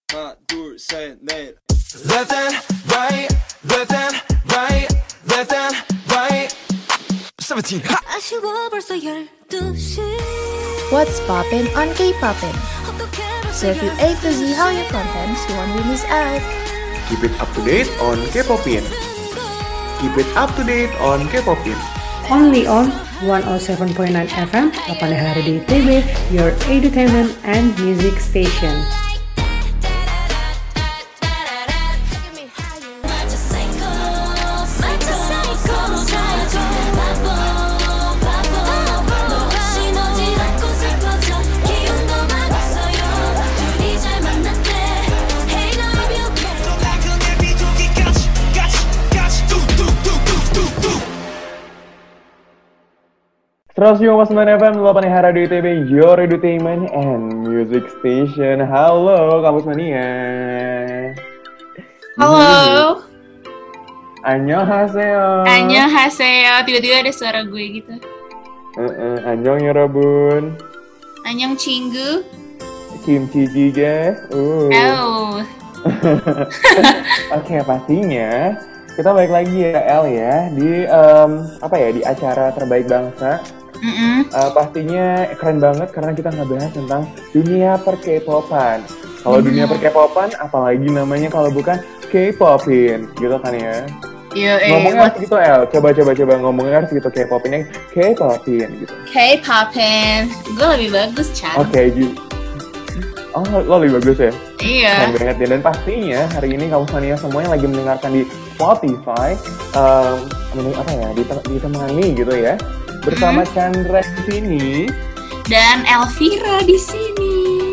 하나 둘셋넷 Left and right, left and right, left and right. 17. Ha! 아쉬워 벌써 12시 What's poppin' on K-Poppin'? Serve you A to Z Hallyu contents you won't miss out. Keep it up to date on K-Popin. Keep it up to date on K-Popin. Only on 107.9 FM, Lapangan Hari di ITB, your entertainment and music station. Terus 9 FM, Lapangan Hari di ITB, your entertainment and music station. Halo, Kampus Mania. Halo. Annyeonghaseyo. Annyeonghaseyo. Tiba-tiba ada suara gue gitu. Annyeong Yorobun. Annyeong Cinggu. Kimchi jjigae. Oh. Oke, pastinya kita balik lagi ya El ya di di acara Terbaik Bangsa. Pastinya keren banget karena kita ngebahas tentang dunia per-K-popan. Kalau dunia per-K-popan, apalagi namanya kalau bukan K-popin, gitu kan ya? Iya. Ngomongnya harus gitu El, coba ngomongnya harus gitu K-popinnya K-popin gitu. K-popin, gue lebih bagus Chan. Oke, oh lo lebih bagus ya? Iya. Keren banget ya, dan pastinya hari ini Kampus Mania semuanya lagi mendengarkan di Spotify, ditemani gitu ya. Bersama Chandra di sini dan Elvira di sini.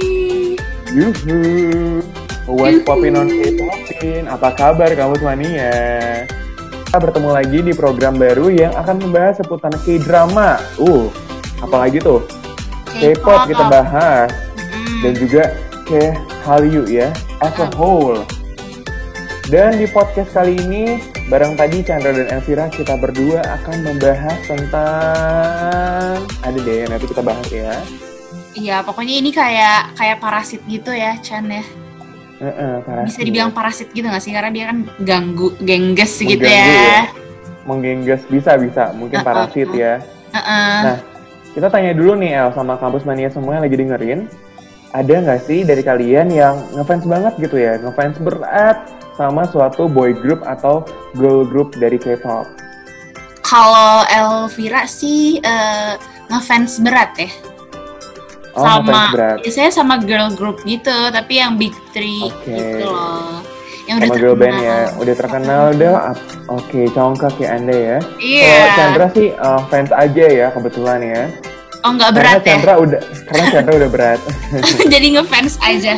Yuhu. What's poppin' on K-popin? Apa kabar Kampus Mania? Kita bertemu lagi di program baru yang akan membahas seputar K-drama. Apalagi tuh? K-pop kita bahas. Dan juga K-Hallyu ya, as a whole. Dan di podcast kali ini, bareng tadi Chandra dan Elvira, kita berdua akan membahas tentang... Ada deh, nanti kita bahas ya. Iya, pokoknya ini kayak parasit gitu ya, Chan ya. Parasit. Bisa dibilang parasit gitu gak sih? Karena dia kan gengges gitu ya. Menggengges, bisa. Mungkin parasit ya. Nah, kita tanya dulu nih El, sama Kampus Mania semua yang lagi dengerin. Ada nggak sih dari kalian yang ngefans banget gitu ya, ngefans berat sama suatu boy group atau girl group dari K-pop? Kalau Elvira sih ngefans berat ya. Ngefans berat. Biasanya sama girl group gitu, tapi yang big three gitu loh. Yang sama udah girl band ya, udah terkenal udah. Oke, congkak ya Anda ya. Iya. Kalau Chandra sih fans aja ya kebetulan ya. Oh nggak berat Karena Chandra udah berat. Jadi ngefans aja.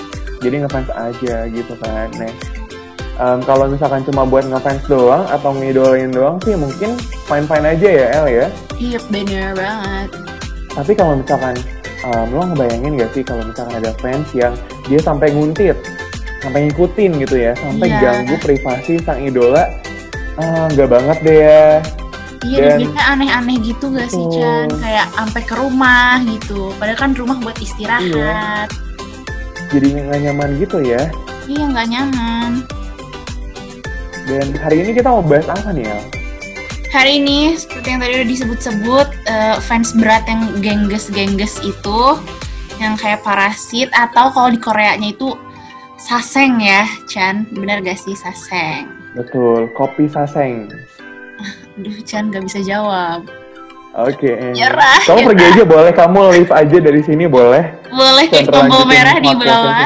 Gitu kan. Nah, kalau misalkan cuma buat ngefans doang atau ngidolain doang sih mungkin fine-fine aja ya El ya. Iya bener banget. Tapi kalau misalkan lo ngebayangin gak sih kalau misalkan ada fans yang dia sampai nguntit, sampai ngikutin gitu ya, sampai ganggu privasi sang idola, nggak banget deh ya. Iya, biasanya aneh-aneh gitu gak sih, Chan? Kayak sampai ke rumah gitu. Padahal kan rumah buat istirahat. Iya. Jadi nggak nyaman gitu ya? Iya, nggak nyaman. Dan hari ini kita mau bahas apa nih, El? Hari ini, seperti yang tadi udah disebut-sebut, fans berat yang gengges-gengges itu, yang kayak parasit, atau kalau di Koreanya itu saseng ya, Chan. Benar gak sih, saseng? Betul, kopi saseng. Aduh, Chan gak bisa jawab. Oke. Nyerah. Kamu pergi aja boleh, kamu leave aja dari sini boleh. Boleh, klik tombol merah di bawah.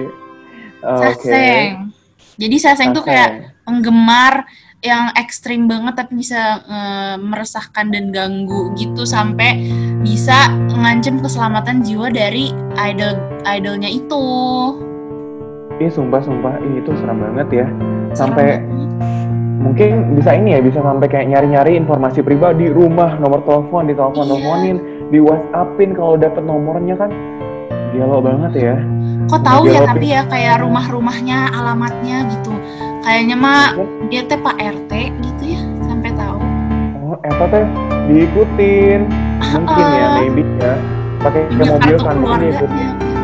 Saseng. Jadi saseng tuh kayak penggemar yang ekstrim banget tapi bisa meresahkan dan ganggu gitu sampai bisa ngancem keselamatan jiwa dari idolnya itu. Sumpah, itu serem banget ya. Sampai mungkin bisa sampai kayak nyari-nyari informasi pribadi, rumah, nomor telepon, diteleponin, di WhatsAppin kalau dapet nomornya kan. Gelo banget ya. Kok tahu ya tapi ya kayak rumah-rumahnya, alamatnya gitu. Kayaknya mah dia teh Pak RT gitu ya, sampai tahu. Oh, eta teh diikutin. Mungkin ya, maybe ya. Pakai mobil kan diikutin.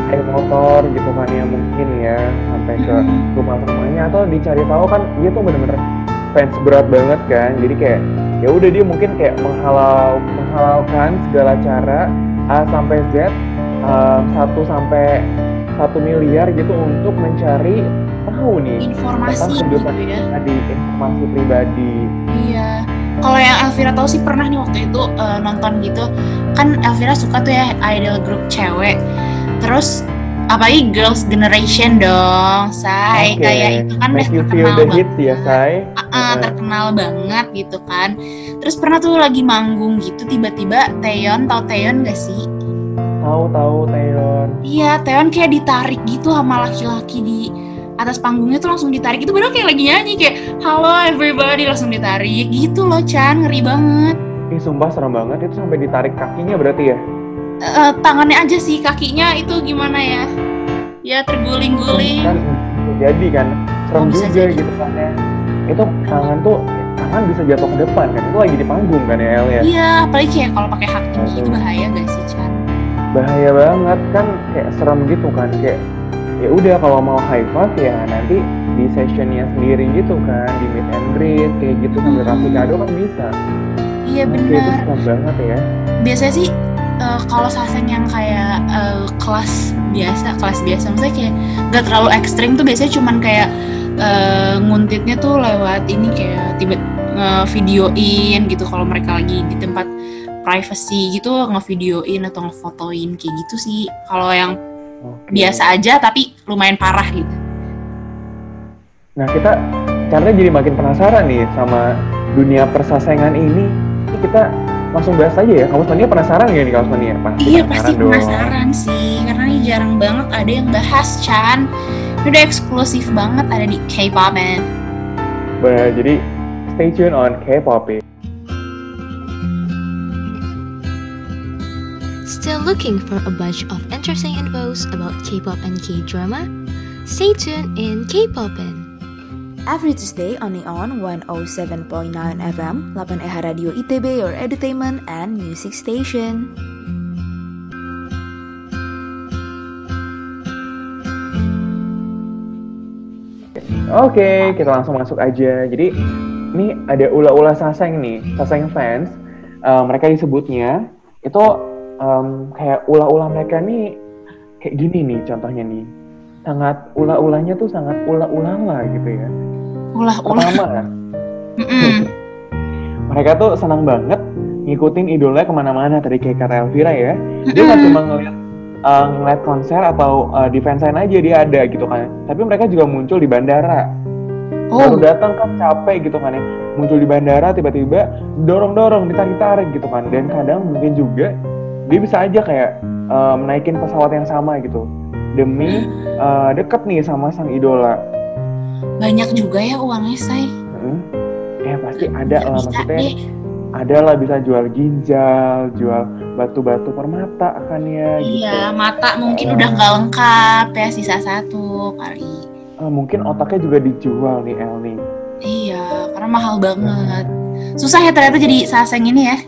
naik motor gitu kan ya mungkin ya sampai ke rumah-rumahnya atau dicari tahu kan dia tuh bener-bener fans berat banget kan, jadi kayak ya udah dia mungkin kayak menghalalkan segala cara A sampai Z 1 sampai 1 miliar gitu untuk mencari tahu nih informasi tentang kehidupan gitu ya. pribadi, informasi pribadi. Iya. Kalau yang Elvira tahu sih pernah nih waktu itu nonton gitu. Kan Elvira suka tuh ya idol grup cewek. Terus apalagi Girls' Generation dong, Say. Oke. Kayak itu kan udah Make you feel terkenal the banget. hits ya, Say. Terkenal banget gitu kan. Terus pernah tuh lagi manggung gitu tiba-tiba Taeyeon, tahu Taeyeon gak sih? Tahu Taeyeon. Iya, Taeyeon kayak ditarik gitu sama laki-laki di atas panggungnya tuh langsung ditarik itu padahal kayak lagi nyanyi kayak halo everybody langsung ditarik gitu loh Chan, ngeri banget. Sumpah serem banget itu sampai ditarik kakinya berarti ya? Tangannya aja sih, kakinya itu gimana ya? Ya terguling-guling. Kan bisa jadi kan, serem bisa juga jadi. gitu kan ya. Itu tangan bisa jatuh ke depan kan, itu lagi di panggung kan ya El ya? Iya, apalagi kayak kalau pakai hak tinggi itu bahaya gak sih Chan? Bahaya banget kan, kayak serem gitu kan, kayak ya udah kalau mau high five ya nanti di sessionnya sendiri gitu kan, di meet and greet kayak gitu sambil kasih kado kan bisa. Iya Oke, itu benar. serem banget ya. Biasanya sih kalau Saseng yang kayak kelas biasa maksudnya kayak gak terlalu ekstrim tuh biasanya cuman kayak nguntitnya tuh lewat ini kayak videoin gitu kalau mereka lagi di tempat privacy gitu, ngevideoin atau ngefotoin kayak gitu sih. Kalau yang biasa aja tapi lumayan parah gitu. Nah kita karena jadi makin penasaran nih sama dunia persasengan ini, kita langsung bahas aja ya. Kamus Mania penasaran gak nih Kamus Mania? Iya pasti penasaran sih, karena ini jarang banget ada yang bahas Chan. Ini udah eksklusif banget ada di K-Pop-en. Jadi stay tune on K-Pop. Still looking for a bunch of interesting infos about K-pop and K-drama? Stay tuned in K-Popin. Every Tuesday only on 107.9 FM, 8EH Radio ITB, your entertainment and music station. Oke, kita langsung masuk aja. Jadi ini ada ula-ula Saseng nih, Saseng fans. Mereka disebutnya itu kayak ula-ula mereka nih kayak gini nih contohnya nih. Sangat ula-ulanya tuh sangat ula-ulala gitu ya. Ulah-ulah. Pertama, mereka tuh senang banget ngikutin idolnya kemana-mana tadi kayak kata Elvira ya. Dia nggak cuma ngeliat konser atau di fansign aja dia ada gitu kan. Tapi mereka juga muncul di bandara. Baru datang kan capek gitu kan ya. Muncul di bandara tiba-tiba dorong-dorong, ditarik-tarik gitu kan. Dan kadang mungkin juga dia bisa aja kayak menaikin pesawat yang sama gitu demi deket nih sama sang idola. Banyak juga ya uangnya, Say. Pasti ada lah maksudnya. Ada lah bisa jual ginjal, jual batu-batu permata kan ya. Iya, gitu. Mata mungkin udah nggak lengkap ya, sisa satu kali. Mungkin otaknya juga dijual nih El nih. Iya, karena mahal banget. Susah ya ternyata jadi Saseng ini ya.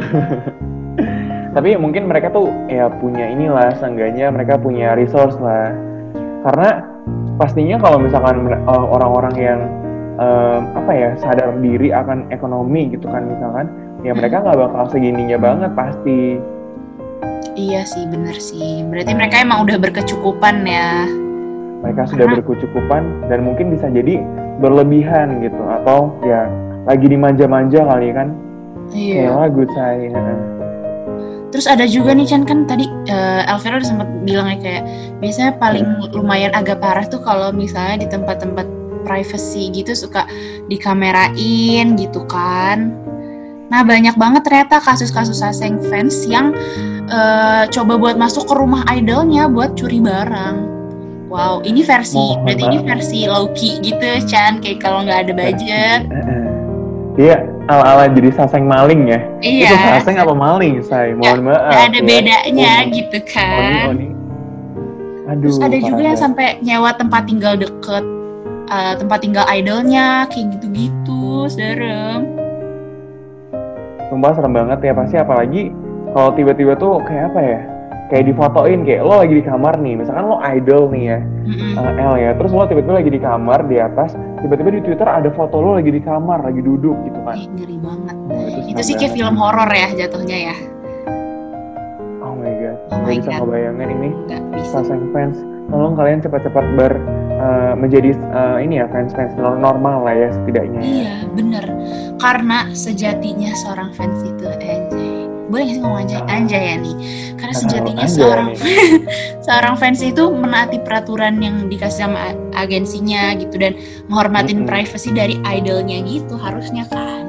Tapi mungkin mereka tuh ya punya inilah, seenggaknya mereka punya resource lah. Karena pastinya kalau misalkan orang-orang yang sadar diri akan ekonomi gitu kan misalkan, ya mereka nggak bakal segininya banget pasti. Iya sih, bener sih. Berarti mereka emang udah berkecukupan ya. Mereka sudah berkecukupan dan mungkin bisa jadi berlebihan gitu, atau ya lagi dimanja-manja kali kan. Iya. Kayak lagu saya. Terus ada juga nih Chan, kan tadi Elvira udah sempat bilang ya kayak biasanya paling lumayan agak parah tuh kalau misalnya di tempat-tempat privacy gitu suka dikamerain gitu kan. Nah banyak banget ternyata kasus-kasus Saseng fans yang coba buat masuk ke rumah idolnya buat curi barang. Wow, ini berarti ini versi low-key gitu Chan, kayak kalau nggak ada budget. Iya, ala-ala jadi Saseng maling ya. Iya. Itu Saseng apa maling, Say? Mohon maaf. Nggak ada bedanya gitu kan. Oni. Aduh, terus ada juga yang sampai nyewa tempat tinggal deket tempat tinggal idolnya, kayak gitu-gitu, serem. Sumpah serem banget ya pasti, apalagi kalau tiba-tiba tuh kayak apa ya, kayak difotoin kayak lo lagi di kamar nih, misalkan lo idol nih ya, L ya, terus lo tiba-tiba lagi di kamar di atas, tiba-tiba di Twitter ada foto lo lagi di kamar, lagi duduk gitu kan. Ngeri banget. Oh, itu sih kayak film horor ya jatuhnya ya. Oh my god, Oh my gak bisa God. ngebayangin ini. Nggak bisa. Saseng fans, tolong kalian cepat-cepat menjadi ini ya fans normal lah ya setidaknya. Iya, bener. Karena sejatinya seorang fans itu anjay. Boleh nggak sih ngomong anjay ya nih? Karena sejatinya seorang fans itu menaati peraturan yang dikasih sama agensinya gitu dan menghormatin privasi dari idolnya gitu harusnya kan.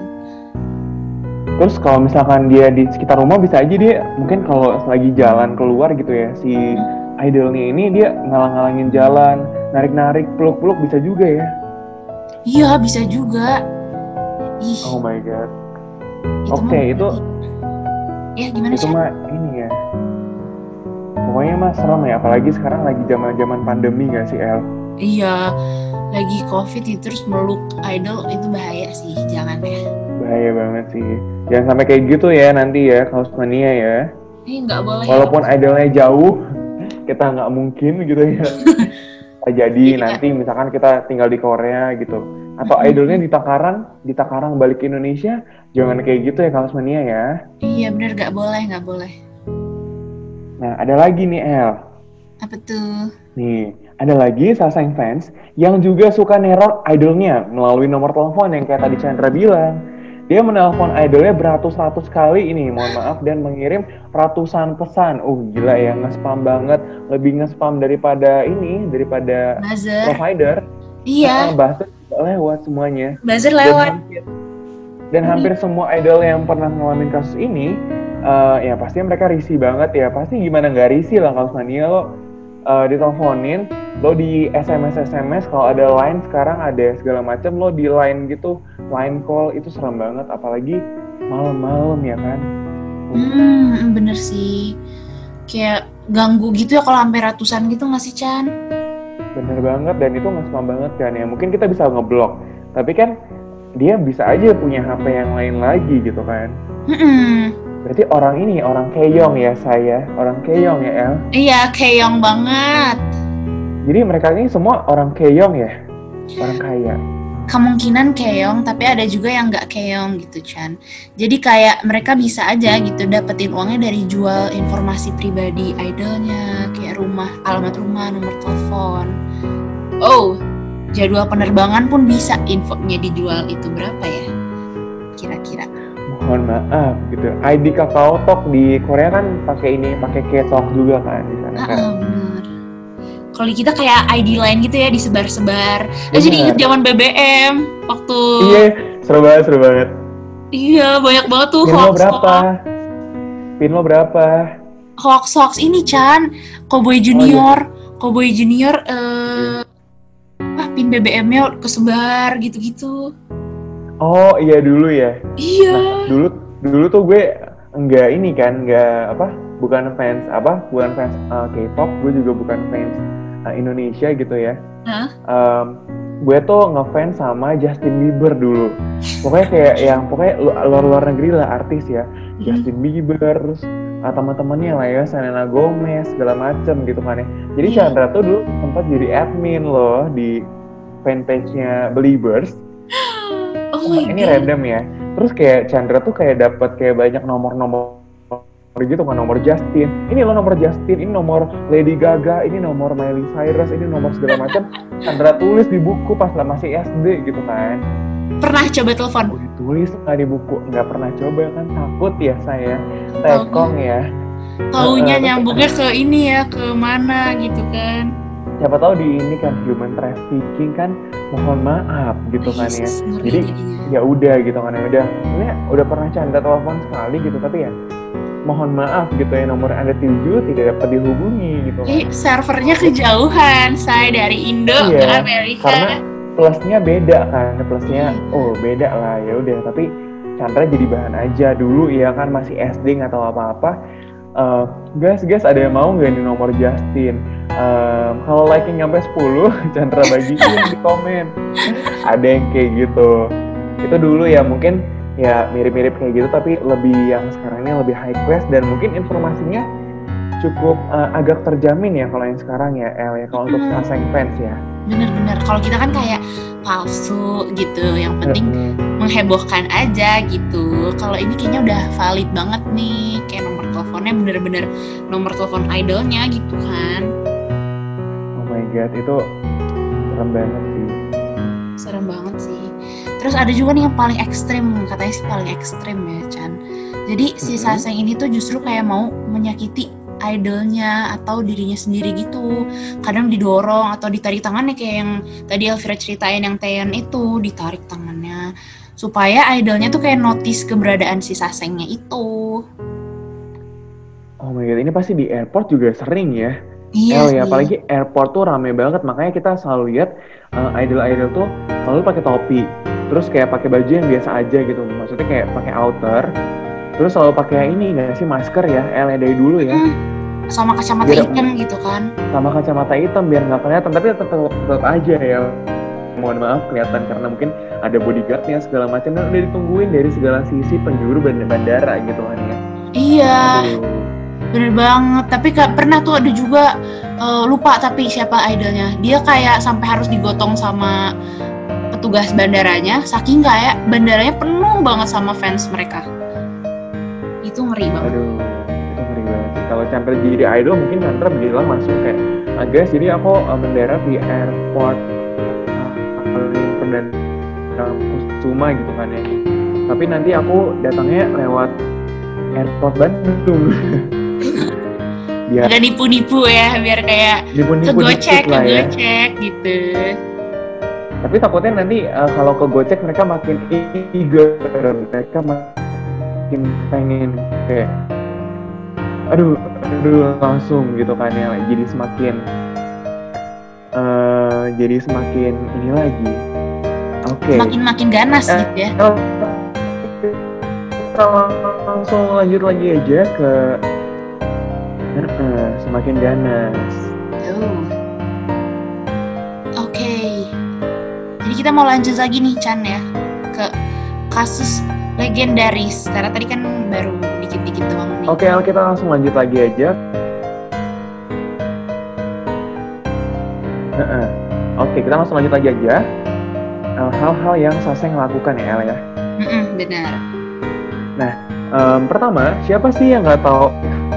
Terus kalau misalkan dia di sekitar rumah bisa aja dia mungkin kalau lagi jalan keluar gitu ya si idolnya ini dia ngalang-ngalangin jalan, narik-narik, peluk-peluk bisa juga ya. Iya, bisa juga. Ih. Oh my god. Itu Oke, itu ya gimana itu sih? mah ini ya. Pokoknya mah serem ya, apalagi sekarang lagi zaman-zaman pandemi gak sih El? Iya, lagi COVID itu terus meluk idol itu bahaya sih, jangan ya. Bahaya banget sih. Jangan sampai kayak gitu ya nanti ya, Kaos Mania ya. Nggak boleh. Walaupun idolnya jauh, kita nggak mungkin gitu ya. Jadi nanti misalkan kita tinggal di Korea gitu, atau idolnya di Takarang balik ke Indonesia, jangan kayak gitu ya Kaos Mania ya. Iya benar, nggak boleh. Nah ada lagi nih El. Apa tuh? Nih, ada lagi Saseng fans yang juga suka neror idolnya melalui nomor telepon yang kayak tadi Chandra bilang. Dia menelpon idolnya beratus-ratus kali ini, mohon maaf, dan mengirim ratusan pesan. Gila ya, nge-spam banget. Lebih nge-spam daripada Buzzer. provider. Iya. Buzzer lewat semuanya. Buzzer lewat. Dan hampir semua idol yang pernah ngalamin kasus ini, ya pasti mereka risih banget ya. Pasti gimana nggak risih lah Kaos Mania lo diteleponin, lo di SMS kalau ada line sekarang ada segala macam, lo di line gitu, line call itu serem banget, apalagi malam-malam ya kan. Bener sih. Kayak ganggu gitu ya kalau sampai ratusan gitu nggak sih Chan? Bener banget, dan itu nge-spam banget kan ya. Mungkin kita bisa ngeblok, tapi kan dia bisa aja punya HP yang lain lagi gitu kan. Berarti orang Keyong ya orang Keyong ya El? Iya, Keyong banget. Jadi mereka ini semua orang Keyong ya? Orang kaya? Kemungkinan Keyong, tapi ada juga yang nggak Keyong gitu Chan. Jadi kayak mereka bisa aja gitu dapetin uangnya dari jual informasi pribadi idolnya, kayak alamat rumah, nomor telepon. Jadwal penerbangan pun bisa infonya dijual, itu berapa ya? Kira-kira. Mohon maaf gitu. ID KakaoTalk di Korea kan pakai K-Talk juga kan di sana kan. Bener. Kalau di kita kayak ID lain gitu ya, disebar-sebar. Jadi inget zaman BBM waktu. Iya, seru banget. Iya, banyak banget tuh Pin lo berapa? Hoax ini Chan, Cowboy Junior, pin BBM-nya kesebar gitu-gitu. Oh iya dulu ya. Iya. Nah, dulu tuh gue bukan fans K-pop, gue juga bukan fans Indonesia gitu ya. Gue tuh ngefans sama Justin Bieber dulu. Pokoknya luar negeri lah artis ya. Justin Bieber, terus teman-temannya lah ya, Selena Gomez segala macem gitu kan ya. Jadi Chandra tuh dulu sempat jadi admin loh di fanpage-nya Beliebers. Ini random ya. Terus kayak Chandra tuh kayak dapat kayak banyak nomor-nomor gitu kan, nomor Justin. Ini loh nomor Justin, ini nomor Lady Gaga, ini nomor Miley Cyrus, ini nomor segala macam. Chandra tulis di buku pas masih SD gitu kan. Pernah coba telepon? Tulis nggak di buku, nggak pernah coba kan, takut ya saya. Tekong ya. Taunya nyambungnya ke ini ya, ke mana gitu kan. Siapa tahu di ini kan human trafficking kan, mohon maaf gitu kan ya. Jadi ya udah gitu kan ya, udah pernah Chandra telepon sekali gitu, tapi ya mohon maaf gitu ya, nomor Anda tuju tidak dapat dihubungi gitu kan. Servernya kejauhan, saya dari Indo ke Amerika. Karena plusnya beda kan, beda lah ya udah, tapi Chandra jadi bahan aja dulu ya kan, masih SD nggak tahu apa-apa. Guys, ada yang mau nggak nih nomor Justin? Kalau like-nya nyampe 10, Chandra bagiin di komen. Ada yang kayak gitu. Itu dulu ya, mungkin ya mirip-mirip kayak gitu, tapi lebih yang sekarang ini lebih high class, dan mungkin informasinya cukup agak terjamin ya kalau yang sekarang ya El ya, kalau untuk Sasaeng fans ya. Bener-bener, kalau kita kan kayak palsu gitu, yang penting menghebohkan aja gitu. Kalau ini kayaknya udah valid banget nih, kayak nomor teleponnya bener-bener nomor telepon idolnya gitu kan. Oh my god, itu serem banget sih. Serem banget sih. Terus ada juga nih yang paling ekstrim, katanya sih paling ekstrim ya Chan. Jadi si Sasaeng ini tuh justru kayak mau menyakiti idolnya atau dirinya sendiri gitu. Kadang didorong atau ditarik tangannya, kayak yang tadi Elvira ceritain yang Taeyeon itu, ditarik tangannya supaya idolnya tuh kayak notice keberadaan si Sasaengnya itu. Oh my god, ini pasti di airport juga sering ya. Iya El sih. ya, apalagi airport tuh rame banget, makanya kita selalu lihat idol-idol tuh selalu pakai topi, terus kayak pakai baju yang biasa aja gitu, maksudnya kayak pakai outer, terus selalu pakai ini nggak sih, masker ya, El dari dulu ya. Sama kacamata hitam gitu kan. Sama kacamata hitam biar nggak kelihatan, tapi tetap aja ya. Mohon maaf kelihatan karena mungkin ada bodyguardnya segala macam, dan udah ditungguin dari segala sisi penjuru bandara gitu kan ya. Iya. Bener banget, tapi pernah tuh ada juga lupa tapi siapa idolnya. Dia kayak sampai harus digotong sama petugas bandaranya, saking kayak bandaranya penuh banget sama fans mereka. Itu ngeri banget. Aduh, itu ngeri banget sih. Kalau Chandra jadi idol, mungkin Chandra bilang langsung kayak, guys, jadi aku mendarat di airport dan Kusuma gitu kan ya. Tapi nanti aku datangnya lewat airport Bandung. Biar agak nipu-nipu ya, biar kayak kegocek gitu. Tapi takutnya nanti kalau kegocek mereka makin eager, mereka makin pengen kayak aduh langsung gitu kan ya, jadi semakin ini lagi. Oke. Makin ganas gitu ya. Langsung lanjut lagi aja ke semakin ganas. Oke. Jadi kita mau lanjut lagi nih Chan ya, ke kasus legendaris, karena tadi kan baru dikit-dikit doang nih. Oke, kita langsung lanjut lagi aja. Oke, kita langsung lanjut lagi aja. Hal-hal yang Sasaeng lakukan ya El ya. Benar. Nah, pertama, siapa sih yang nggak tahu?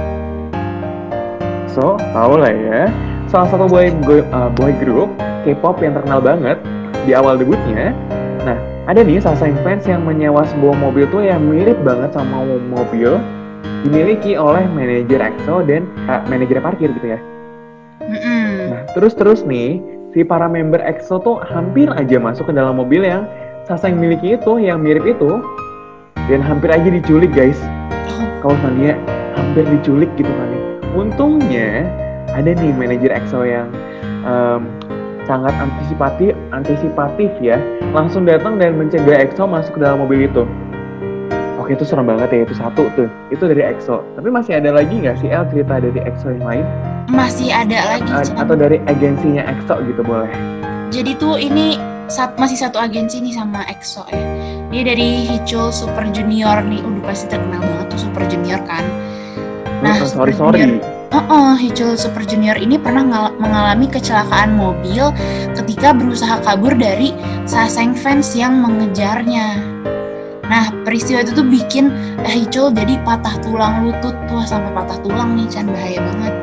So, tahu lah ya. Salah satu boy group K-pop yang terkenal banget di awal debutnya. Nah, ada nih Sasaeng fans yang menyewa sebuah mobil tuh yang mirip banget sama mobil dimiliki oleh manajer EXO dan manajer parkir gitu ya. Nah, terus nih si para member EXO tuh hampir aja masuk ke dalam mobil yang Sasaeng miliki itu, yang mirip itu, dan hampir aja diculik guys. Kalau Sania hampir diculik gitu kan ya. Untungnya ada nih manajer EXO yang sangat antisipatif ya, langsung datang dan mencegah EXO masuk ke dalam mobil itu. Oke, itu serem banget ya, itu satu tuh, itu dari EXO. Tapi masih ada lagi nggak sih El cerita dari EXO yang lain? Masih ada lagi atau dari agensinya EXO gitu boleh. Jadi tuh ini masih satu agensi nih sama EXO ya. Dia dari Hichul Super Junior nih, udah pasti terkenal banget tuh Super Junior kan. Nah, sorry. Hichul Super Junior ini pernah mengalami kecelakaan mobil ketika berusaha kabur dari Sasaeng fans yang mengejarnya. Nah, peristiwa itu tuh bikin Hichul jadi patah tulang lutut tuh, sampai patah tulang nih, Chan, bahaya banget.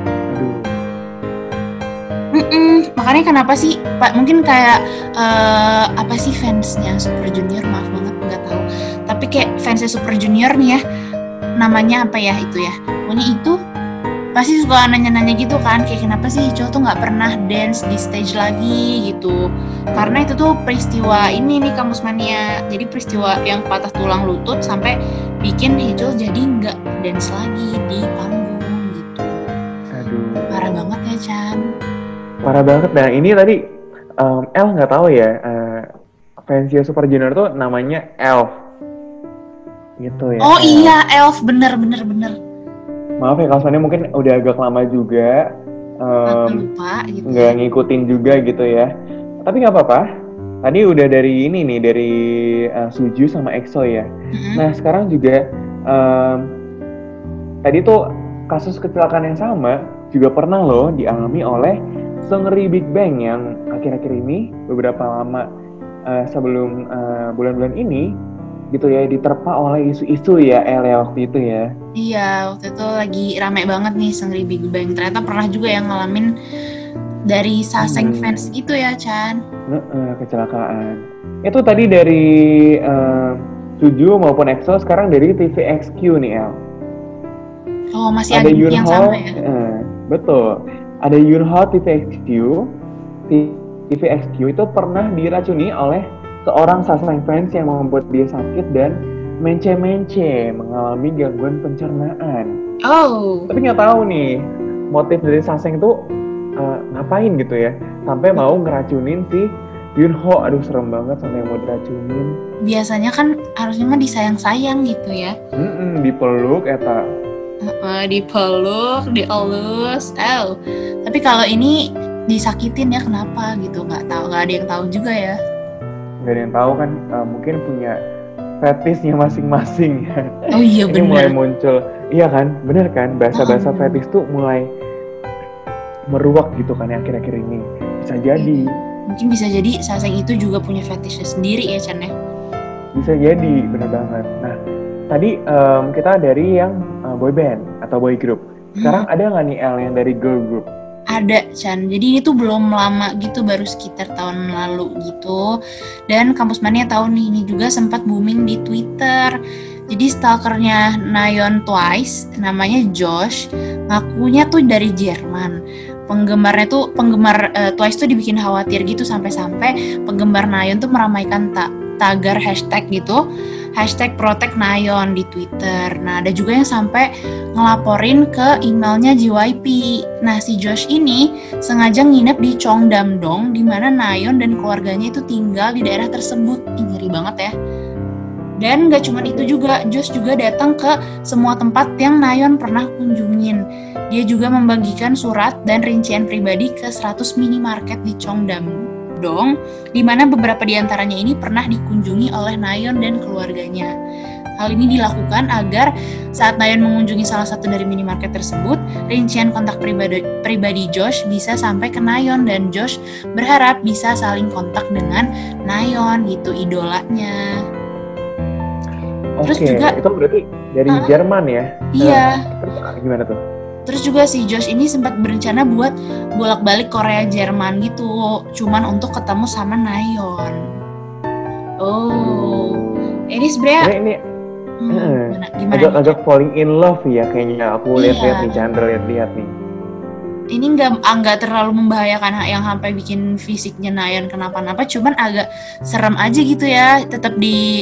Makanya kenapa sih Pak, mungkin kayak apa sih fansnya Super Junior, maaf banget nggak tahu, tapi kayak fansnya Super Junior nih ya, namanya apa ya itu ya, pokoknya itu pasti suka nanya-nanya gitu kan, kayak kenapa sih Hichul tuh nggak pernah dance di stage lagi gitu, karena itu tuh peristiwa ini nih Kamus Mania, jadi peristiwa yang patah tulang lutut sampai bikin Hichul jadi nggak dance lagi di panggung gitu. Parah banget ya Chan. Parah banget. Nah ini tadi El nggak tahu ya, fansnya Super Junior tuh namanya Elf gitu ya. Oh Elf. Iya Elf, bener. Maaf ya kalau mungkin udah agak lama juga, lupa gitu. Nggak ngikutin juga gitu ya. Tapi nggak apa-apa. Tadi udah dari ini nih, dari Suju sama EXO ya. Nah sekarang juga tadi tuh kasus kecelakaan yang sama juga pernah loh dialami oleh Seungri Big Bang yang akhir-akhir ini beberapa lama sebelum bulan-bulan ini gitu ya diterpa oleh isu-isu ya waktu itu ya. Iya, waktu itu lagi rame banget nih Seungri Big Bang. Ternyata pernah juga yang ngalamin dari Saseng fans gitu ya, Chan. Kecelakaan. Itu tadi dari Suju maupun EXO, sekarang dari TVXQ nih El. Oh, masih ada yang sama ya? Betul. Ada Yunho TVXQ. TVXQ itu pernah diracuni oleh seorang Saseng fans yang membuat dia sakit dan mence-mence mengalami gangguan pencernaan. Oh. Tapi nggak tahu nih motif dari Saseng itu ngapain gitu ya, sampai mau ngeracunin si Yunho. Aduh serem banget sampai mau diracunin. Biasanya kan harusnya mah disayang-sayang gitu ya. Dipeluk eta. Dipeluk, dielus. Tapi kalau ini disakitin ya kenapa gitu? Nggak tahu, nggak ada yang tahu juga ya. Nggak ada yang tahu kan, mungkin punya fetishnya masing-masing. Oh iya benar. Ini mulai muncul, iya kan, benar kan, bahasa-bahasa fetish tuh mulai meruak gitu kan ya akhir-akhir ini. Bisa jadi. Mungkin bisa jadi Saseng itu juga punya fetishnya sendiri ya Chan ya. Bisa jadi, benar banget. Nah, tadi kita dari yang boy band atau boy group. Sekarang ada nggak nih El yang dari girl group? Ada Chan, jadi ini tuh belum lama gitu, baru sekitar tahun lalu gitu. Dan Kampus Mania tahu nih, ini juga sempat booming di Twitter. Jadi stalkernya Nayeon Twice, namanya Josh, ngakunya tuh dari Jerman. Penggemar Twice tuh dibikin khawatir gitu sampai-sampai penggemar Nayeon tuh meramaikan tagar hashtag gitu, hashtag Protect Nayeon di Twitter. Nah ada juga yang sampai ngelaporin ke emailnya JYP. Nah si Josh ini sengaja nginep di Cheongdam-dong, di mana Nayeon dan keluarganya itu tinggal di daerah tersebut. Ngeri banget ya. Dan gak cuma itu juga, Josh juga datang ke semua tempat yang Nayeon pernah kunjungin. Dia juga membagikan surat dan rincian pribadi ke 100 minimarket di Cheongdam-dong, di mana beberapa di antaranya ini pernah dikunjungi oleh Nayeon dan keluarganya. Hal ini dilakukan agar saat Nayeon mengunjungi salah satu dari minimarket tersebut, rincian kontak pribadi Josh bisa sampai ke Nayeon, dan Josh berharap bisa saling kontak dengan Nayeon gitu, idolanya. Terus juga itu berarti dari Jerman ya? Iya. Terus gimana tuh? Terus juga si Josh ini sempat berencana buat bolak-balik Korea Jerman gitu, cuman untuk ketemu sama Nayeon. Oh, ini sebenarnya agak falling in love ya kayaknya. Aku lihat-lihat nih, Chandra lihat-lihat nih. Ini nggak terlalu membahayakan yang sampai bikin fisiknya Nayeon kenapa-napa, cuman agak serem aja gitu ya, tetap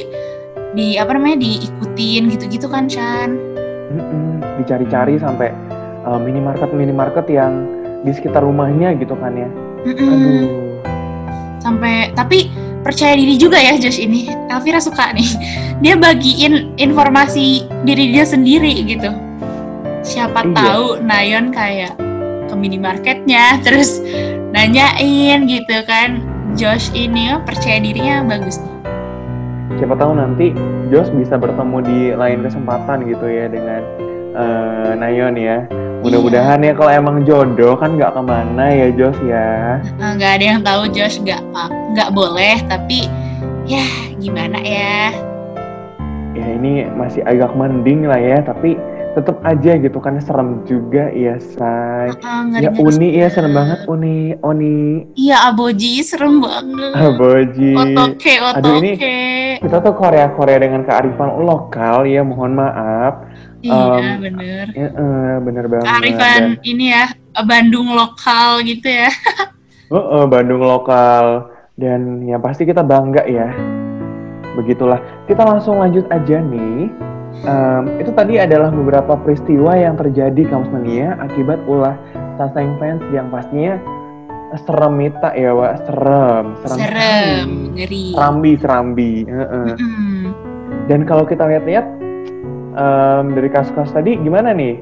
diikutin gitu-gitu kan Chan. Dicari-cari sampai minimarket yang di sekitar rumahnya gitu kan ya. Aduh. Tapi percaya diri juga ya Josh ini. Elvira suka nih. Dia bagiin informasi diri dia sendiri gitu. Siapa tahu Nayeon kayak ke minimarketnya terus nanyain gitu kan. Josh ini percaya dirinya bagus nih. Siapa tahu nanti Josh bisa bertemu di lain kesempatan gitu ya dengan Nayeon ya. Mudah-mudahan ya kalau emang jodoh kan nggak kemana ya Josh ya. Nggak ada yang tahu Josh nggak boleh, tapi ya gimana ya. Ya ini masih agak mending lah ya, tapi tetap aja gitu kan serem juga ya say. Ya Uni ya serem banget Oni. Iya Aboji serem banget. Aboji. Otoke. Aduh ini kita tuh Korea dengan kearifan lokal ya, mohon maaf. Iya bener. Bener banget. Kearifan ini ya Bandung lokal gitu ya. Bandung lokal, dan ya pasti kita bangga ya. Begitulah. Kita langsung lanjut aja nih. Itu tadi adalah beberapa peristiwa yang terjadi Kampus Mania akibat ulah Saseng fans yang pastinya seremita ya Wak, serem, ngeri, serambi. Dan kalau kita lihat-lihat dari kasus-kasus tadi gimana nih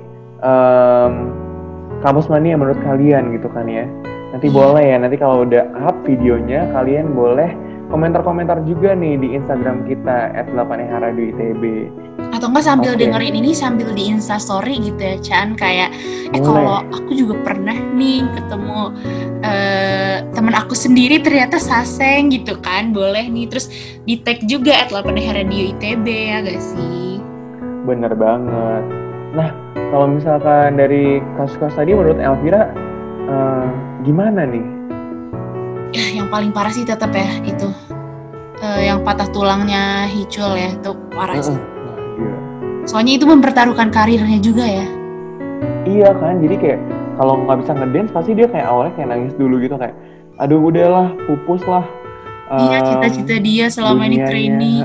Kampus Mania menurut kalian gitu kan ya. Nanti boleh ya, nanti kalau udah up videonya kalian boleh komentar-komentar juga nih di Instagram kita @8eharadio_itb. Atau enggak sambil Oke. dengerin ini sambil di Instastory gitu ya Chan, kayak Boleh. kalau aku juga pernah nih ketemu teman aku sendiri ternyata Saseng gitu kan, boleh nih terus di tag juga @8eharadio_itb ya gak sih? Bener banget. Nah, kalau misalkan dari kasus-kasus tadi menurut Elvira gimana nih? Ya, yang paling parah sih tetap ya itu yang patah tulangnya Hicul ya, itu parah sih. Gila. Soalnya itu mempertaruhkan karirnya juga ya. Iya kan, jadi kayak kalau nggak bisa ngedance pasti dia kayak awalnya kayak nangis dulu gitu, kayak aduh udahlah, pupus lah. Iya, cita-cita dia selama ini trainee.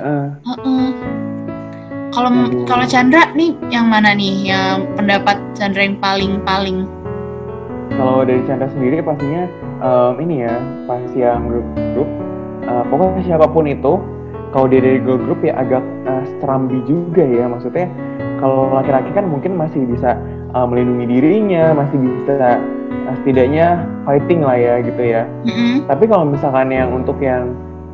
Kalau Chandra nih yang mana nih yang pendapat Chandra yang paling? Kalau dari Chandra sendiri pastinya ini ya, pas yang grup pokoknya siapapun itu, kalau dia dari girl group ya agak serambi juga ya, maksudnya kalau laki-laki kan mungkin masih bisa melindungi dirinya, masih bisa setidaknya fighting lah ya gitu ya. Tapi kalau misalkan yang untuk yang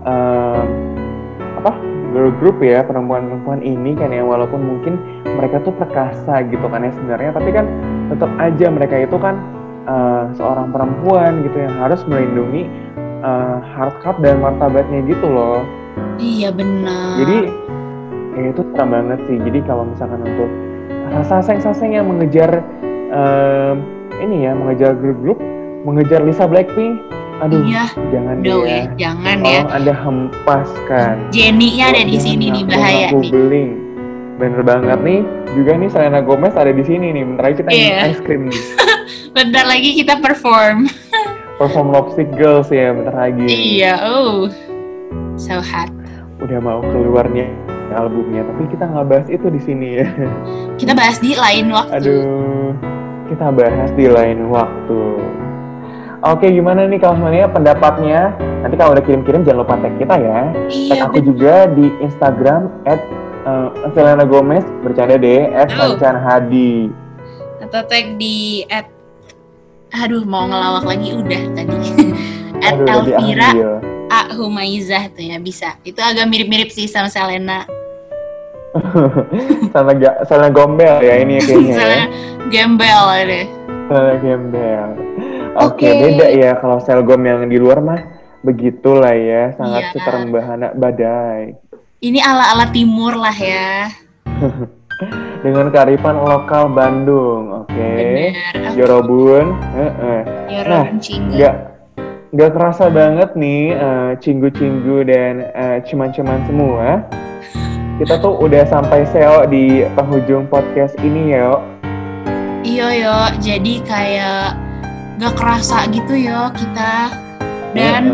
girl group ya, perempuan-perempuan ini kan ya, walaupun mungkin mereka tuh perkasa gitu kan ya sebenarnya, tapi kan tetap aja mereka itu kan seorang perempuan gitu yang harus melindungi harkat dan martabatnya gitu loh. Iya benar. Jadi ya itu serem banget sih. Jadi kalau misalkan untuk saseng-saseng yang mengejar ini ya, mengejar grup, mengejar Lisa Blackpink, aduh iya, jangan deh ya. Jangan Tolong ya. Anda hempaskan. Jenny-nya ada di sini nih, bahaya nih. Beling. Bener banget nih. Juga nih Selena Gomez ada di sini nih. Bentar lagi kita ice cream nih. Bentar lagi kita perform Lopstick Girls ya, bentar lagi. Iya, so hot. Udah mau keluarnya albumnya, tapi kita nggak bahas itu di sini ya. Kita bahas di lain waktu. Aduh, kita bahas di lain waktu. Oke, gimana nih kalau semuanya pendapatnya? Nanti kalau udah kirim-kirim jangan lupa tag kita ya. Iya, tag aku juga di Instagram @Selena Gomez, bercanda deh, @sancanhadi. Atau tag di aduh mau ngelawak lagi udah tadi @Elvira Humaizah tuh ya, bisa. Itu agak mirip-mirip sih sama Selena. Selena Gombel ya ini kayaknya. Selena Gembel deh. Selena Gembel. Oke, beda ya kalau Selgom yang di luar mah begitulah ya, sangat seterembahana badai. Ini ala-ala timur lah ya. Dengan kearifan lokal Bandung, oke. Bener. Yorobun. Nah, nggak kerasa banget nih cinggu-cinggu dan cuman-cuman semua. Kita tuh udah sampai SEO di penghujung podcast ini yo. Iya yo, jadi kayak nggak kerasa gitu yo kita. Dan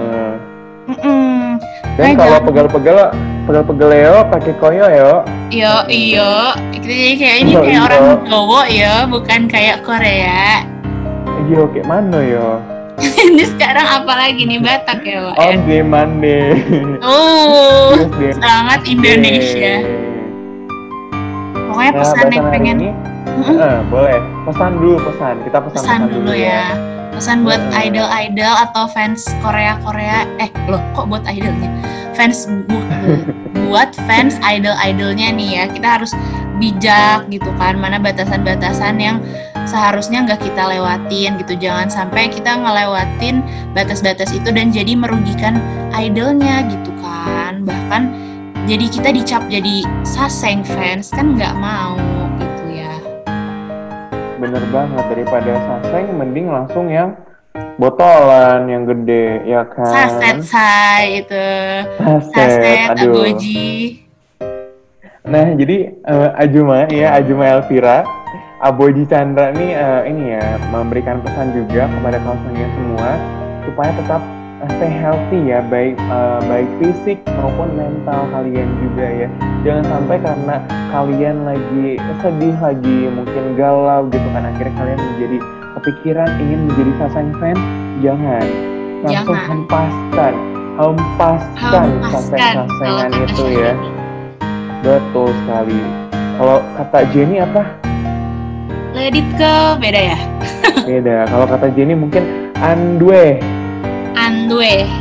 dan kalau pegel-pegel yo pakai koyo yo. Iya. Kita jadi kayak ini kayak orang Jawa ya, bukan kayak Korea. Iya, kayak mana yo? Ini sekarang apa lagi nih, Batak ya, Wak? On demand deh. Sangat Indonesia. Pokoknya pesan yang pengen. Boleh. Kita pesan dulu ya. Pesan buat idol-idol atau fans Korea. Loh, kok buat idolnya? Buat fans idol-idolnya nih ya. Kita harus bijak gitu kan. Mana batasan-batasan yang seharusnya nggak kita lewatin gitu. Jangan sampai kita ngelewatin batas-batas itu dan jadi merugikan idolnya gitu kan. Bahkan jadi kita dicap jadi saseng fans, kan nggak mau gitu ya. Bener banget, daripada saseng mending langsung yang botolan yang gede ya kan. Saset saset aboji. Nah jadi Ajuma Elvira, Aboji Chandra nih ini ya memberikan pesan juga kepada kalian semua supaya tetap stay healthy ya, baik fisik maupun mental kalian juga ya. Jangan sampai karena kalian lagi sedih, lagi mungkin galau gitu kan, akhirnya kalian menjadi kepikiran ingin menjadi saseng fans. Jangan, langsung hempaskan saseng-sasengan itu ya. Betul sekali. Kalau kata Jenny apa? Let it go, beda ya? Beda. Kalau kata Jenny mungkin andwe.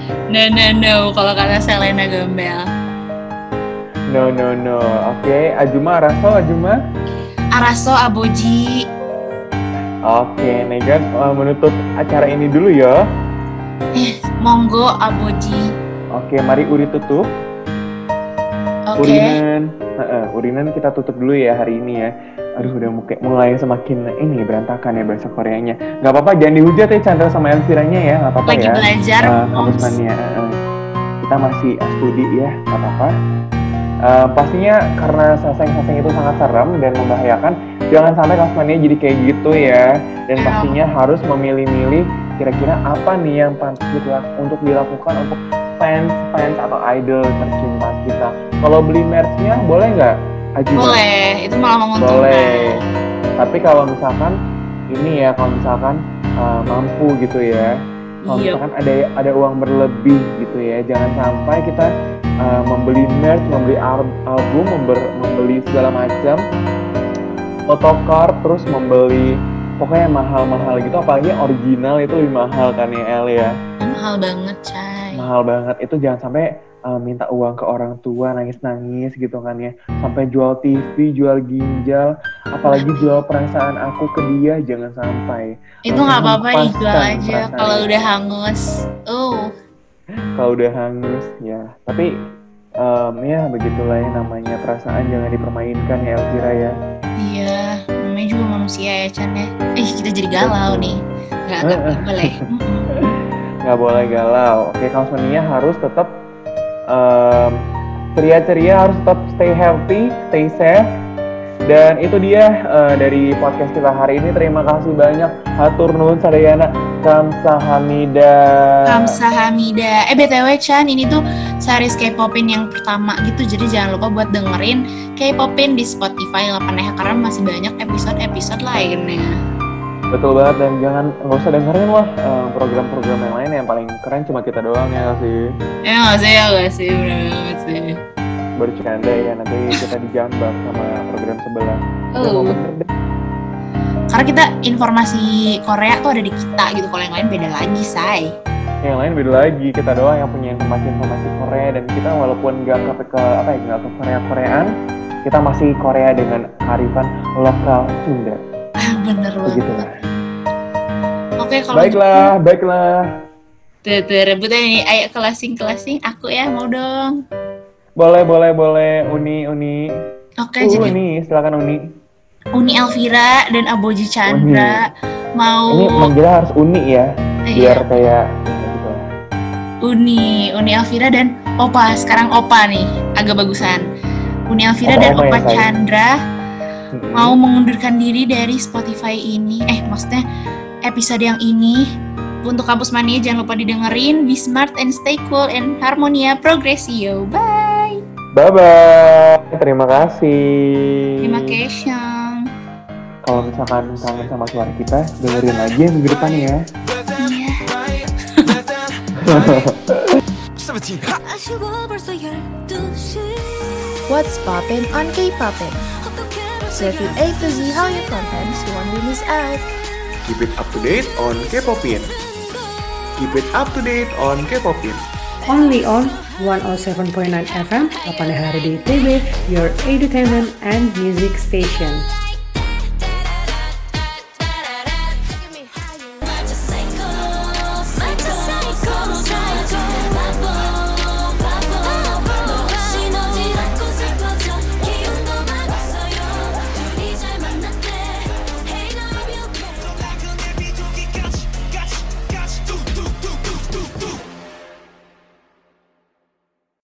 No, kalau kata Selena Gembel. No. Oke, Ajuma, Araso, Aboji. Oke, Negan menutup acara ini dulu ya. Monggo, Aboji. Oke, mari Uri tutup. Oke. Urinan kita tutup dulu ya hari ini ya. Aduh, udah mulai semakin ini berantakan ya bahasa Koreanya. Gak apa-apa, jangan dihujat ya Chandra sama Elviranya ya, gak apa-apa ya. Lagi belajar, kampusmannya. Kita masih studi ya, gak apa-apa. Pastinya karena saseng-saseng itu sangat serem dan membahayakan, jangan sampai kampusmannya jadi kayak gitu ya. Dan pastinya harus memilih-milih kira-kira apa nih yang pantas untuk dilakukan untuk fans atau idol tercinta kita. Kalau beli merch-nya boleh nggak? Boleh, itu malah menguntungkan. Boleh. Tapi kalau misalkan ini ya, mampu gitu ya. Kalau misalkan ada uang berlebih gitu ya, jangan sampai kita membeli merch, membeli album, membeli segala macam, photocard, terus membeli pokoknya mahal-mahal gitu, apalagi original itu lebih mahal kan ya El ya. Mahal banget, Chay. Mahal banget, itu jangan sampai minta uang ke orang tua, nangis-nangis gitu kan ya. Sampai jual TV, jual ginjal, apalagi jual perasaan aku ke dia, jangan sampai. Itu nggak apa-apa dijual aja kalau udah hangus. Kalau udah hangus ya. Tapi ya begitulah ya namanya perasaan, jangan dipermainkan ya Elvira ya. Iya, namanya juga manusia ya Chan ya. Kita jadi galau nih. Nggak boleh. Nggak boleh galau. Oke, kampusmania harus tetap ceria-ceria, harus tetap stay healthy, stay safe. Dan itu dia dari podcast kita hari ini. Terima kasih banyak. Hatur nuhun sadayana. Kamsahamnida. BTW Chan, ini tuh series K-popin yang pertama gitu. Jadi jangan lupa buat dengerin K-popin di Spotify 8 karena masih banyak episode-episode lainnya. Betul banget, dan nggak usah dengerin lah program-program yang lain, yang paling keren cuma kita doang ya nggak sih? Ya nggak sih, bener banget sih. Bercanda ya, nanti kita dijambak sama program sebelah. Bener deh. Karena kita informasi Korea tuh ada di kita gitu, kalau yang lain beda lagi, say. Yang lain beda lagi, kita doang yang punya informasi Korea, dan kita walaupun nggak ke Korea-Koreaan, kita masih Korea dengan kearifan lokal Sunda. Bener banget. Oke, kalau baiklah. Rebutan ini, ayo closing aku ya, mau dong. Boleh. Uni. Oke, jadi Uni, silakan Uni. Uni Elvira dan Aboji Chandra mau. Ini manggilnya harus Uni ya, biar kayak gitu. Uni Elvira dan Opa, sekarang Opa nih, agak bagusan. Uni Elvira dan Opa ya, Chandra mau mengundurkan diri dari Spotify ini. Maksudnya episode yang ini. Untuk Kampus Mania jangan lupa didengerin. Be smart and stay cool and Harmonia Progressio. Bye. Terima kasih. Terima kasih. Kalau misalkan kangen sama suara kita, dengerin lagi minggu depan ya. Iya. What's poppin' on K-Poppin'? Serve you A to Z Hallyu contents you won't miss out. Keep it up to date on K-Popin. Only on 107.9 FM, 8 hari di ITB, your entertainment and music station.